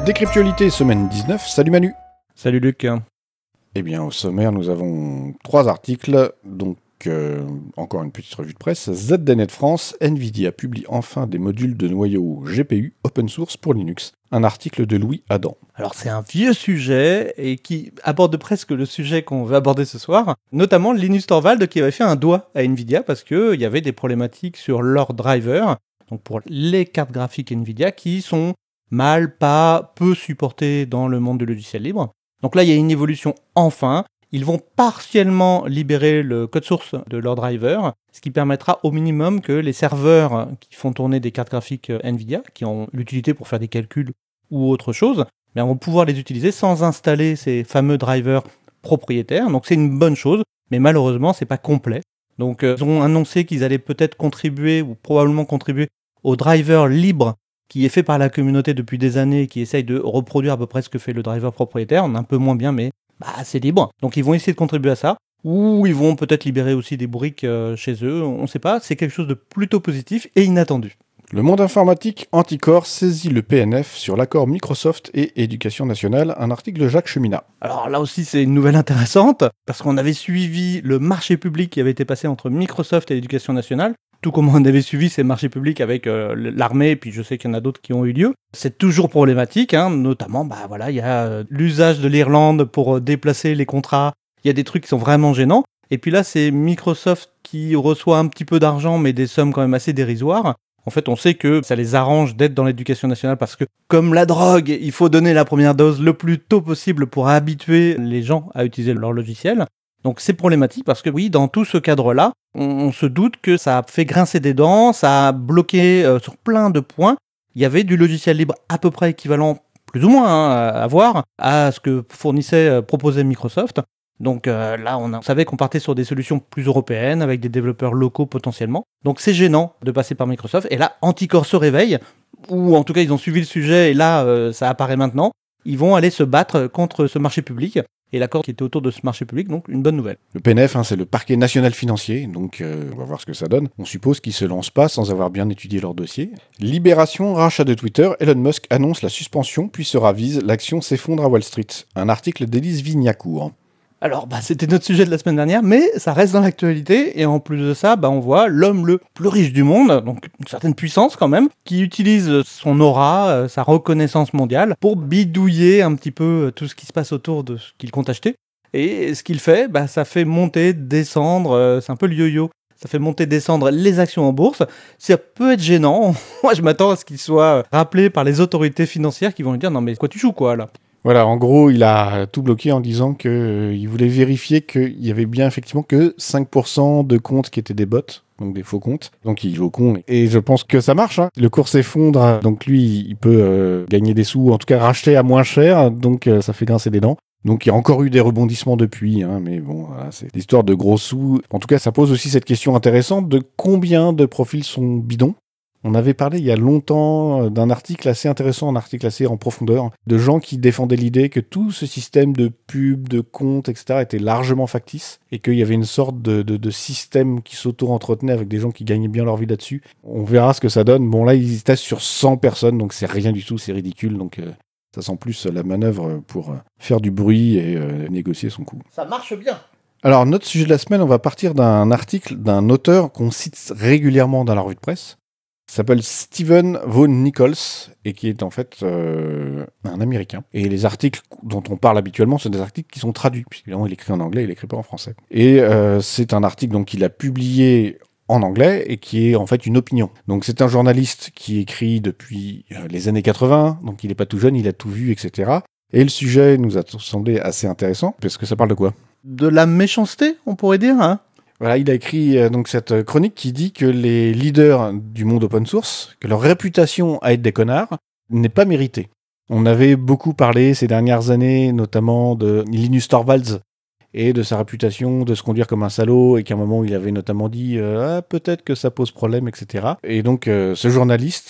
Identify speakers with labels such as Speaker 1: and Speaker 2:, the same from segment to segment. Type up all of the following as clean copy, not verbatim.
Speaker 1: Décryptualité, semaine 19. Salut Manu.
Speaker 2: Salut Luc.
Speaker 1: Eh bien, au sommaire, nous avons 3 articles. Donc, encore une petite revue de presse. ZDNet France, Nvidia publie enfin des modules de noyau GPU open source pour Linux. Un article de Louis Adam.
Speaker 2: Alors c'est un vieux sujet et qui aborde presque le sujet qu'on veut aborder ce soir, notamment Linus Torvald qui avait fait un doigt à Nvidia parce qu'il y avait des problématiques sur leurs drivers, donc pour les cartes graphiques Nvidia qui sont mal, pas, peu supportées dans le monde du logiciel libre. Donc là il y a une évolution enfin. Ils vont partiellement libérer le code source de leur driver, ce qui permettra au minimum que les serveurs qui font tourner des cartes graphiques Nvidia, qui ont l'utilité pour faire des calculs ou autre chose, vont pouvoir les utiliser sans installer ces fameux drivers propriétaires. Donc c'est une bonne chose, mais malheureusement c'est pas complet. Donc ils ont annoncé qu'ils allaient peut-être contribuer ou probablement contribuer au driver libre qui est fait par la communauté depuis des années, qui essaye de reproduire à peu près ce que fait le driver propriétaire, un peu moins bien, mais c'est libre. Donc ils vont essayer de contribuer à ça, ou ils vont peut-être libérer aussi des briques chez eux, on ne sait pas, c'est quelque chose de plutôt positif et inattendu.
Speaker 1: Le monde informatique Anticor saisit le PNF sur l'accord Microsoft et Éducation nationale, un article de Jacques Cheminat.
Speaker 2: Alors là aussi c'est une nouvelle intéressante, parce qu'on avait suivi le marché public qui avait été passé entre Microsoft et l'Éducation nationale, tout comme on avait suivi ces marchés publics avec l'armée, et puis je sais qu'il y en a d'autres qui ont eu lieu. C'est toujours problématique, notamment il y a l'usage de l'Irlande pour déplacer les contrats, il y a des trucs qui sont vraiment gênants. Et puis là c'est Microsoft qui reçoit un petit peu d'argent, mais des sommes quand même assez dérisoires. En fait, on sait que ça les arrange d'être dans l'éducation nationale parce que, comme la drogue, il faut donner la première dose le plus tôt possible pour habituer les gens à utiliser leur logiciel. Donc c'est problématique parce que oui, dans tout ce cadre-là, on se doute que ça a fait grincer des dents, ça a bloqué sur plein de points. Il y avait du logiciel libre à peu près équivalent, plus ou moins, à voir, à ce que proposait Microsoft. Donc là, on savait qu'on partait sur des solutions plus européennes, avec des développeurs locaux potentiellement. Donc c'est gênant de passer par Microsoft. Et là, Anticor se réveille, ou en tout cas ils ont suivi le sujet, et là, ça apparaît maintenant. Ils vont aller se battre contre ce marché public, et l'accord qui était autour de ce marché public, donc une bonne nouvelle.
Speaker 1: Le PNF, c'est le parquet national financier, donc on va voir ce que ça donne. On suppose qu'ils se lancent pas sans avoir bien étudié leur dossier. Libération, rachat de Twitter, Elon Musk annonce la suspension, puis se ravise, l'action s'effondre à Wall Street. Un article d'Élise Vignacourt.
Speaker 2: Alors, c'était notre sujet de la semaine dernière, mais ça reste dans l'actualité, et en plus de ça, on voit l'homme le plus riche du monde, donc une certaine puissance quand même, qui utilise son aura, sa reconnaissance mondiale, pour bidouiller un petit peu tout ce qui se passe autour de ce qu'il compte acheter. Et ce qu'il fait, ça fait monter, descendre, c'est un peu le yo-yo. Ça fait monter, descendre les actions en bourse. Ça peut être gênant. Moi, je m'attends à ce qu'il soit rappelé par les autorités financières qui vont lui dire « Non mais quoi tu joues quoi là ?»
Speaker 1: Voilà, en gros, il a tout bloqué en disant qu'il voulait vérifier qu'il y avait bien effectivement que 5% de comptes qui étaient des bots, donc des faux comptes. Donc il joue au con. Et je pense que ça marche. Le cours s'effondre, donc lui, il peut gagner des sous, en tout cas racheter à moins cher, donc ça fait grincer des dents. Donc il y a encore eu des rebondissements depuis, mais bon, voilà, c'est l'histoire de gros sous. En tout cas, ça pose aussi cette question intéressante de combien de profils sont bidons. On avait parlé il y a longtemps d'un article assez intéressant, un article assez en profondeur, de gens qui défendaient l'idée que tout ce système de pub, de comptes, etc. était largement factice et qu'il y avait une sorte de système qui s'auto-entretenait avec des gens qui gagnaient bien leur vie là-dessus. On verra ce que ça donne. Bon, là, ils testent sur 100 personnes, donc c'est rien du tout, c'est ridicule. Donc ça sent plus la manœuvre pour faire du bruit et négocier son coup.
Speaker 2: Ça marche bien.
Speaker 1: Alors, notre sujet de la semaine, on va partir d'un article d'un auteur qu'on cite régulièrement dans la revue de presse. S'appelle Stephen Vaughan Nichols et qui est en fait un Américain. Et les articles dont on parle habituellement sont des articles qui sont traduits, puisqu'évidemment il écrit en anglais, il écrit pas en français. Et c'est un article donc qu'il a publié en anglais et qui est en fait une opinion. Donc c'est un journaliste qui écrit depuis les années 80, donc il n'est pas tout jeune, il a tout vu, etc. Et le sujet nous a semblé assez intéressant, parce que ça parle de quoi ?
Speaker 2: De la méchanceté, on pourrait dire,
Speaker 1: Voilà, il a écrit donc cette chronique qui dit que les leaders du monde open source, que leur réputation à être des connards, n'est pas méritée. On avait beaucoup parlé ces dernières années, notamment de Linus Torvalds et de sa réputation de se conduire comme un salaud, et qu'à un moment il avait notamment dit peut-être que ça pose problème, etc. Et donc ce journaliste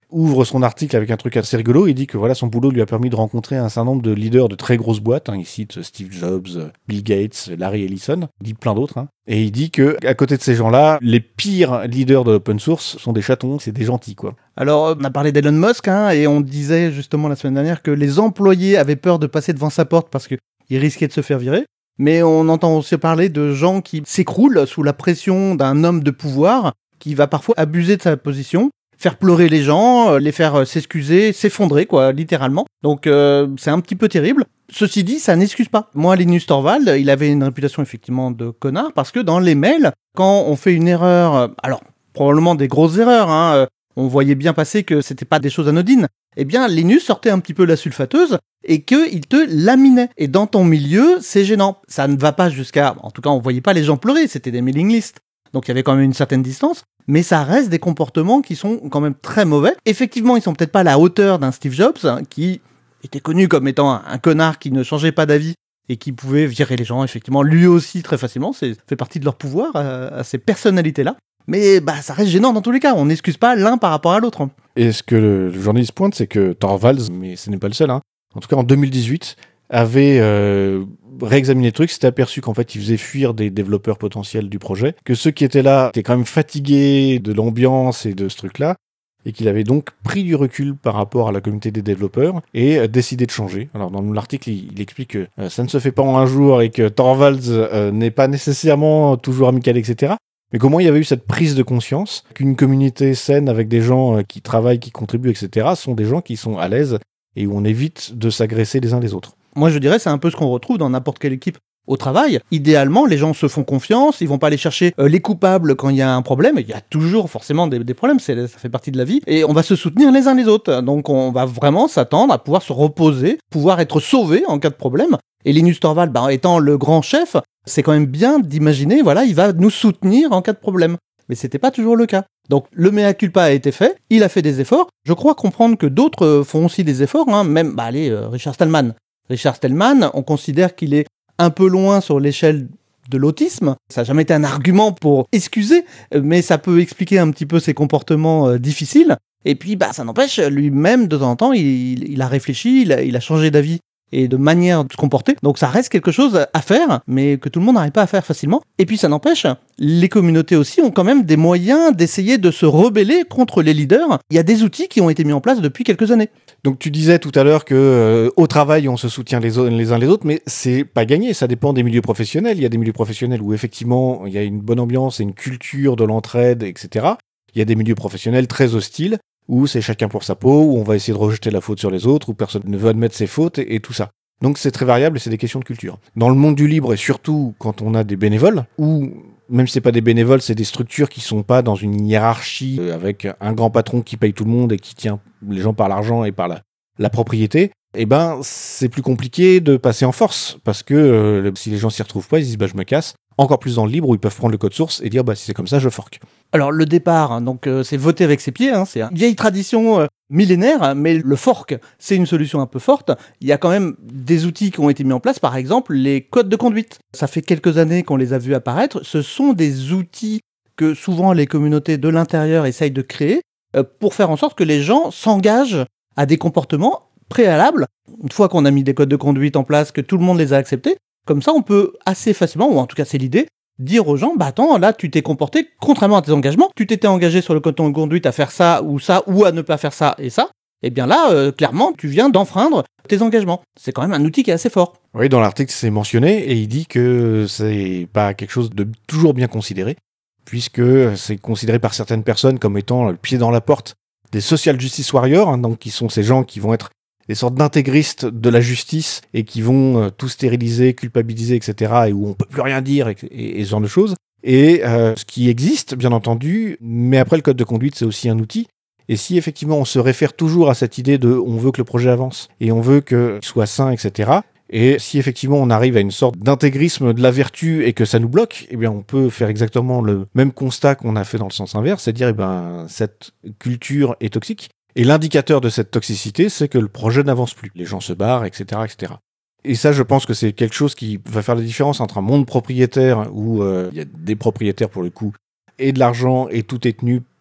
Speaker 1: ouvre son article avec un truc assez rigolo. Il dit que voilà, son boulot lui a permis de rencontrer un certain nombre de leaders de très grosses boîtes. Il cite Steve Jobs, Bill Gates, Larry Ellison. Il dit plein d'autres. Et il dit que à côté de ces gens-là, les pires leaders de l'open source sont des chatons, c'est des gentils, quoi.
Speaker 2: Alors, on a parlé d'Elon Musk, et on disait justement la semaine dernière que les employés avaient peur de passer devant sa porte parce qu'ils risquaient de se faire virer. Mais on entend aussi parler de gens qui s'écroulent sous la pression d'un homme de pouvoir qui va parfois abuser de sa position, faire pleurer les gens, les faire s'excuser, s'effondrer, quoi, littéralement. Donc, c'est un petit peu terrible. Ceci dit, ça n'excuse pas. Moi, Linus Torvald, il avait une réputation effectivement de connard parce que dans les mails, quand on fait une erreur, alors probablement des grosses erreurs, on voyait bien passer que c'était pas des choses anodines, eh bien Linus sortait un petit peu la sulfateuse et qu'il te laminait. Et dans ton milieu, c'est gênant. Ça ne va pas jusqu'à... En tout cas, on voyait pas les gens pleurer, c'était des mailing lists. Donc il y avait quand même une certaine distance, mais ça reste des comportements qui sont quand même très mauvais. Effectivement, ils sont peut-être pas à la hauteur d'un Steve Jobs, qui était connu comme étant un connard qui ne changeait pas d'avis et qui pouvait virer les gens, effectivement, lui aussi très facilement. C'est fait partie de leur pouvoir, à ces personnalités-là. Mais ça reste gênant dans tous les cas, on n'excuse pas l'un par rapport à l'autre.
Speaker 1: Et ce que le journaliste pointe, c'est que Torvalds, mais ce n'est pas le seul, en tout cas en 2018, avait réexaminé le truc, s'était aperçu qu'en fait il faisait fuir des développeurs potentiels du projet, que ceux qui étaient là étaient quand même fatigués de l'ambiance et de ce truc-là, et qu'il avait donc pris du recul par rapport à la communauté des développeurs et décidé de changer. Alors dans l'article, il explique que ça ne se fait pas en un jour et que Torvalds n'est pas nécessairement toujours amical, etc. Mais comment il y avait eu cette prise de conscience qu'une communauté saine avec des gens qui travaillent, qui contribuent, etc. sont des gens qui sont à l'aise et où on évite de s'agresser les uns les autres.
Speaker 2: Moi je dirais c'est un peu ce qu'on retrouve dans n'importe quelle équipe au travail. Idéalement, les gens se font confiance, ils vont pas aller chercher les coupables quand il y a un problème. Il y a toujours forcément des problèmes, ça fait partie de la vie. Et on va se soutenir les uns les autres. Donc on va vraiment s'attendre à pouvoir se reposer, pouvoir être sauvé en cas de problème. Et Linus Torvald, étant le grand chef, c'est quand même bien d'imaginer, voilà, il va nous soutenir en cas de problème. Mais c'était pas toujours le cas. Donc le mea culpa a été fait, il a fait des efforts. Je crois comprendre que d'autres font aussi des efforts, même Richard Stallman. Richard Stallman, on considère qu'il est un peu loin sur l'échelle de l'autisme. Ça n'a jamais été un argument pour excuser, mais ça peut expliquer un petit peu ses comportements difficiles. Et puis, ça n'empêche, lui-même, de temps en temps, il a réfléchi, il a changé d'avis et de manière de se comporter. Donc ça reste quelque chose à faire, mais que tout le monde n'arrive pas à faire facilement. Et puis ça n'empêche, les communautés aussi ont quand même des moyens d'essayer de se rebeller contre les leaders. Il y a des outils qui ont été mis en place depuis quelques années.
Speaker 1: Donc tu disais tout à l'heure que au travail on se soutient les uns les autres, mais c'est pas gagné, ça dépend des milieux professionnels. Il y a des milieux professionnels où effectivement il y a une bonne ambiance et une culture de l'entraide, etc. Il y a des milieux professionnels très hostiles, où c'est chacun pour sa peau, où on va essayer de rejeter la faute sur les autres, où personne ne veut admettre ses fautes et tout ça. Donc c'est très variable et c'est des questions de culture. Dans le monde du libre et surtout quand on a des bénévoles, ou même si c'est pas des bénévoles, c'est des structures qui sont pas dans une hiérarchie avec un grand patron qui paye tout le monde et qui tient les gens par l'argent et par la propriété, c'est plus compliqué de passer en force parce que si les gens s'y retrouvent pas, ils se disent je me casse. Encore plus dans le libre où ils peuvent prendre le code source et dire si c'est comme ça, je fork.
Speaker 2: Alors le départ, c'est voter avec ses pieds, c'est une vieille tradition millénaire, mais le fork, c'est une solution un peu forte. Il y a quand même des outils qui ont été mis en place, par exemple les codes de conduite. Ça fait quelques années qu'on les a vus apparaître. Ce sont des outils que souvent les communautés de l'intérieur essayent de créer pour faire en sorte que les gens s'engagent à des comportements préalables. Une fois qu'on a mis des codes de conduite en place, que tout le monde les a acceptés, comme ça on peut assez facilement, ou en tout cas c'est l'idée, dire aux gens, attends, là tu t'es comporté contrairement à tes engagements, tu t'étais engagé sur le code de conduite à faire ça, ou à ne pas faire ça et ça, et bien là, clairement, tu viens d'enfreindre tes engagements. C'est quand même un outil qui est assez fort.
Speaker 1: Oui, dans l'article c'est mentionné, et il dit que c'est pas quelque chose de toujours bien considéré, puisque c'est considéré par certaines personnes comme étant le pied dans la porte des social justice warriors, donc qui sont ces gens qui vont être des sortes d'intégristes de la justice et qui vont tout stériliser, culpabiliser, etc. et où on peut plus rien dire et ce genre de choses. Et ce qui existe, bien entendu, mais après le code de conduite, c'est aussi un outil. Et si effectivement on se réfère toujours à cette idée de on veut que le projet avance et on veut qu'il soit sain, etc. Et si effectivement on arrive à une sorte d'intégrisme de la vertu et que ça nous bloque, eh bien on peut faire exactement le même constat qu'on a fait dans le sens inverse, c'est-à-dire cette culture est toxique. Et l'indicateur de cette toxicité, c'est que le projet n'avance plus. Les gens se barrent, etc., etc. Et ça, je pense que c'est quelque chose qui va faire la différence entre un monde propriétaire où il y a des propriétaires pour le coup, et de l'argent, et tout est tenu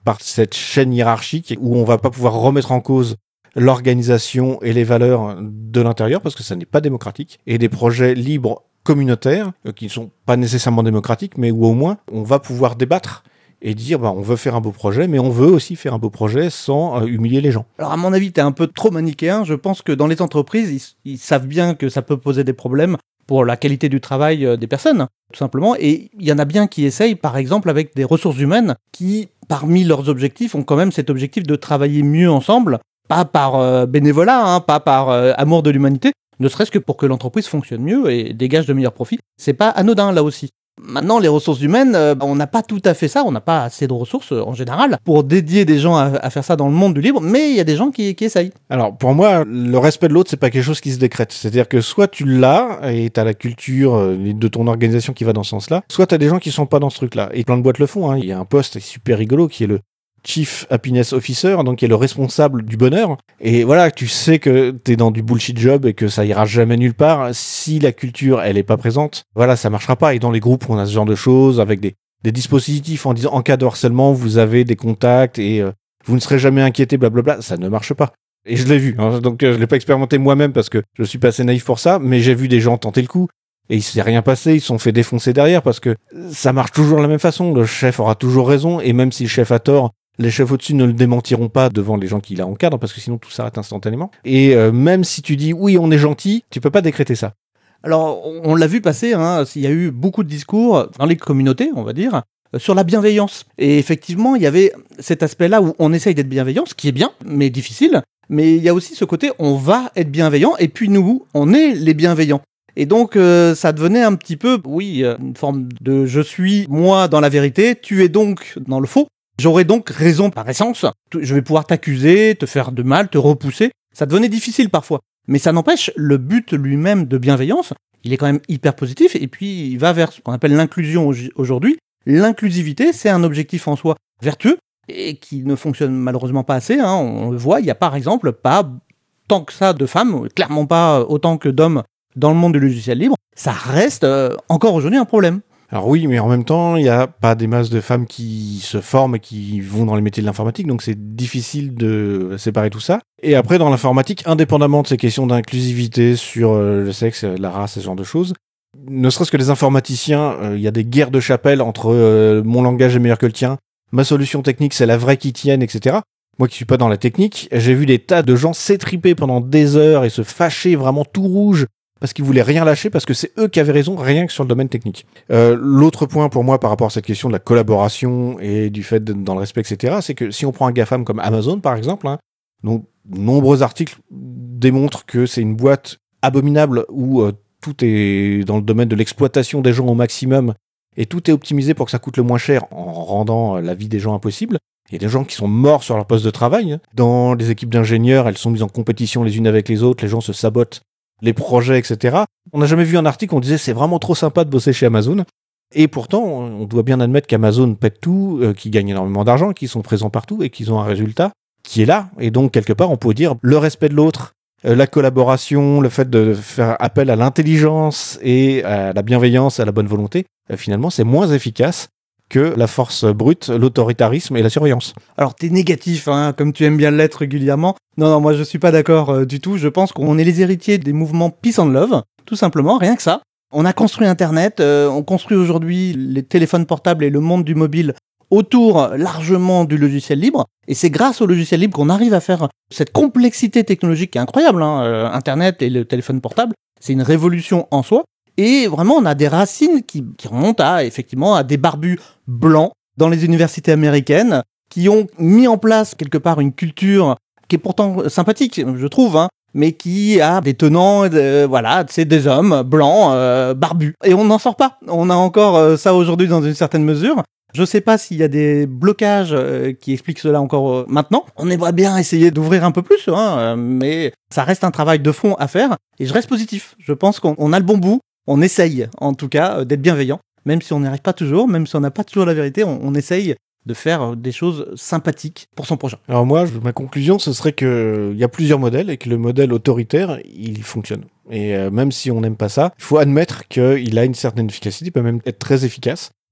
Speaker 1: par cette chaîne hiérarchique où on va pas pouvoir remettre en cause l'organisation et les valeurs de l'intérieur parce que ça n'est pas démocratique. Et des projets libres communautaires qui ne sont pas nécessairement démocratiques, mais où au moins on va pouvoir débattre et dire on veut faire un beau projet, mais on veut aussi faire un beau projet sans humilier les gens.
Speaker 2: Alors à mon avis, t'es un peu trop manichéen. Je pense que dans les entreprises, ils savent bien que ça peut poser des problèmes pour la qualité du travail des personnes, tout simplement. Et il y en a bien qui essayent, par exemple, avec des ressources humaines qui, parmi leurs objectifs, ont quand même cet objectif de travailler mieux ensemble, pas par bénévolat, pas par amour de l'humanité, ne serait-ce que pour que l'entreprise fonctionne mieux et dégage de meilleurs profits. C'est pas anodin, là aussi. Maintenant, les ressources humaines, on n'a pas tout à fait ça, on n'a pas assez de ressources en général pour dédier des gens à faire ça dans le monde du libre, mais il y a des gens qui essayent.
Speaker 1: Alors, pour moi, le respect de l'autre, c'est pas quelque chose qui se décrète. C'est-à-dire que soit tu l'as et t'as la culture de ton organisation qui va dans ce sens-là, soit t'as des gens qui sont pas dans ce truc-là. Et plein de boîtes le font. Il y a un poste super rigolo qui est le Chief Happiness Officer, donc qui est le responsable du bonheur. Et voilà, tu sais que t'es dans du bullshit job et que ça ira jamais nulle part. Si la culture, elle est pas présente, voilà, ça marchera pas. Et dans les groupes, on a ce genre de choses avec des dispositifs en disant en cas de harcèlement, vous avez des contacts et vous ne serez jamais inquiété, blablabla. Ça ne marche pas. Et je l'ai vu, donc je l'ai pas expérimenté moi-même parce que je suis pas assez naïf pour ça, mais j'ai vu des gens tenter le coup. Et il s'est rien passé, ils se sont fait défoncer derrière parce que ça marche toujours de la même façon. Le chef aura toujours raison et même si le chef a tort, les chefs au-dessus ne le démentiront pas devant les gens qui l'encadrent parce que sinon tout s'arrête instantanément. Et même si tu dis oui, on est gentil, tu peux pas décréter ça.
Speaker 2: Alors, on l'a vu passer, il y a eu beaucoup de discours dans les communautés, on va dire, sur la bienveillance. Et effectivement, il y avait cet aspect-là où on essaye d'être bienveillant, ce qui est bien, mais difficile. Mais il y a aussi ce côté, on va être bienveillant, et puis nous, on est les bienveillants. Et donc, ça devenait un petit peu, une forme de « je suis moi dans la vérité, tu es donc dans le faux ». J'aurais donc raison par essence, je vais pouvoir t'accuser, te faire de mal, te repousser. Ça devenait difficile parfois. Mais ça n'empêche, le but lui-même de bienveillance, il est quand même hyper positif, et puis il va vers ce qu'on appelle l'inclusion aujourd'hui. L'inclusivité, c'est un objectif en soi vertueux, et qui ne fonctionne malheureusement pas assez. On le voit, il n'y a par exemple pas tant que ça de femmes, clairement pas autant que d'hommes dans le monde du logiciel libre. Ça reste encore aujourd'hui un problème.
Speaker 1: Alors oui, mais en même temps, il n'y a pas des masses de femmes qui se forment et qui vont dans les métiers de l'informatique, donc c'est difficile de séparer tout ça. Et après, dans l'informatique, indépendamment de ces questions d'inclusivité sur le sexe, la race, ce genre de choses, ne serait-ce que les informaticiens, il y a des guerres de chapelle entre mon langage est meilleur que le tien, ma solution technique c'est la vraie qui tienne, etc. Moi qui suis pas dans la technique, j'ai vu des tas de gens s'étriper pendant des heures et se fâcher vraiment tout rouge parce qu'ils voulaient rien lâcher, parce que c'est eux qui avaient raison, rien que sur le domaine technique. L'autre point pour moi par rapport à cette question de la collaboration et du fait d'être dans le respect, etc., c'est que si on prend un GAFAM comme Amazon, par exemple, donc nombreux articles démontrent que c'est une boîte abominable où tout est dans le domaine de l'exploitation des gens au maximum et tout est optimisé pour que ça coûte le moins cher en rendant la vie des gens impossible. Il y a des gens qui sont morts sur leur poste de travail. Dans les équipes d'ingénieurs, elles sont mises en compétition les unes avec les autres, les gens se sabotent les projets, etc. On n'a jamais vu un article où on disait c'est vraiment trop sympa de bosser chez Amazon. Et pourtant, on doit bien admettre qu'Amazon pète tout, qu'ils gagnent énormément d'argent, qu'ils sont présents partout et qu'ils ont un résultat qui est là. Et donc, quelque part, on peut dire le respect de l'autre, la collaboration, le fait de faire appel à l'intelligence et à la bienveillance, à la bonne volonté, finalement, c'est moins efficace que la force brute, l'autoritarisme et la surveillance.
Speaker 2: Alors t'es négatif, comme tu aimes bien l'être régulièrement. Non, moi je suis pas d'accord du tout. Je pense qu'on est les héritiers des mouvements Peace and Love, tout simplement, rien que ça. On a construit Internet, on construit aujourd'hui les téléphones portables et le monde du mobile autour largement du logiciel libre. Et c'est grâce au logiciel libre qu'on arrive à faire cette complexité technologique qui est incroyable. Internet et le téléphone portable, c'est une révolution en soi. Et vraiment, on a des racines qui remontent effectivement à des barbus blancs dans les universités américaines qui ont mis en place quelque part une culture qui est pourtant sympathique, je trouve, mais qui a des tenants, c'est des hommes blancs, barbus. Et on n'en sort pas. On a encore ça aujourd'hui dans une certaine mesure. Je sais pas s'il y a des blocages qui expliquent cela encore maintenant. On aimerait bien essayer d'ouvrir un peu plus, mais ça reste un travail de fond à faire. Et je reste positif. Je pense qu'on a le bon bout. On essaye, en tout cas, d'être bienveillant. Même si on n'y arrive pas toujours, même si on n'a pas toujours la vérité, on essaye de faire des choses sympathiques pour son prochain.
Speaker 1: Alors moi, ma conclusion, ce serait qu'il y a plusieurs modèles et que le modèle autoritaire, il fonctionne. Et même si on n'aime pas ça, il faut admettre qu'il a une certaine efficacité, il peut même être très efficace.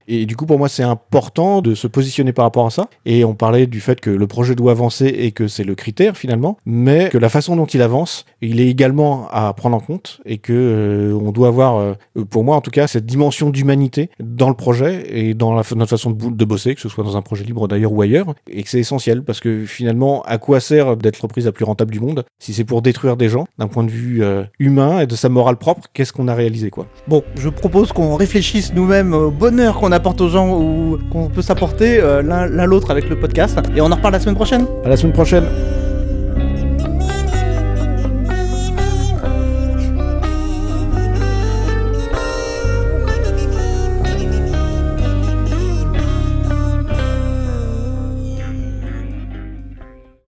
Speaker 1: Et du coup, pour moi, c'est important de se positionner par rapport à ça. Et on parlait du fait que le projet doit avancer et que c'est le critère finalement, mais que la façon dont il avance, il est également à prendre en compte et que on doit avoir, pour moi en tout cas, cette dimension d'humanité dans le projet et dans notre façon de bosser, que ce soit dans un projet libre d'ailleurs ou ailleurs, et que c'est essentiel parce que finalement, à quoi sert d'être l'entreprise la plus rentable du monde si c'est pour détruire des gens d'un point de vue humain et de sa morale propre? Qu'est-ce qu'on a réalisé, quoi?
Speaker 2: Bon, je propose qu'on réfléchisse nous-mêmes au bonheur qu'on apporte aux gens ou qu'on peut s'apporter l'un l'autre avec le podcast, et on en reparle la semaine prochaine.
Speaker 1: À la semaine prochaine.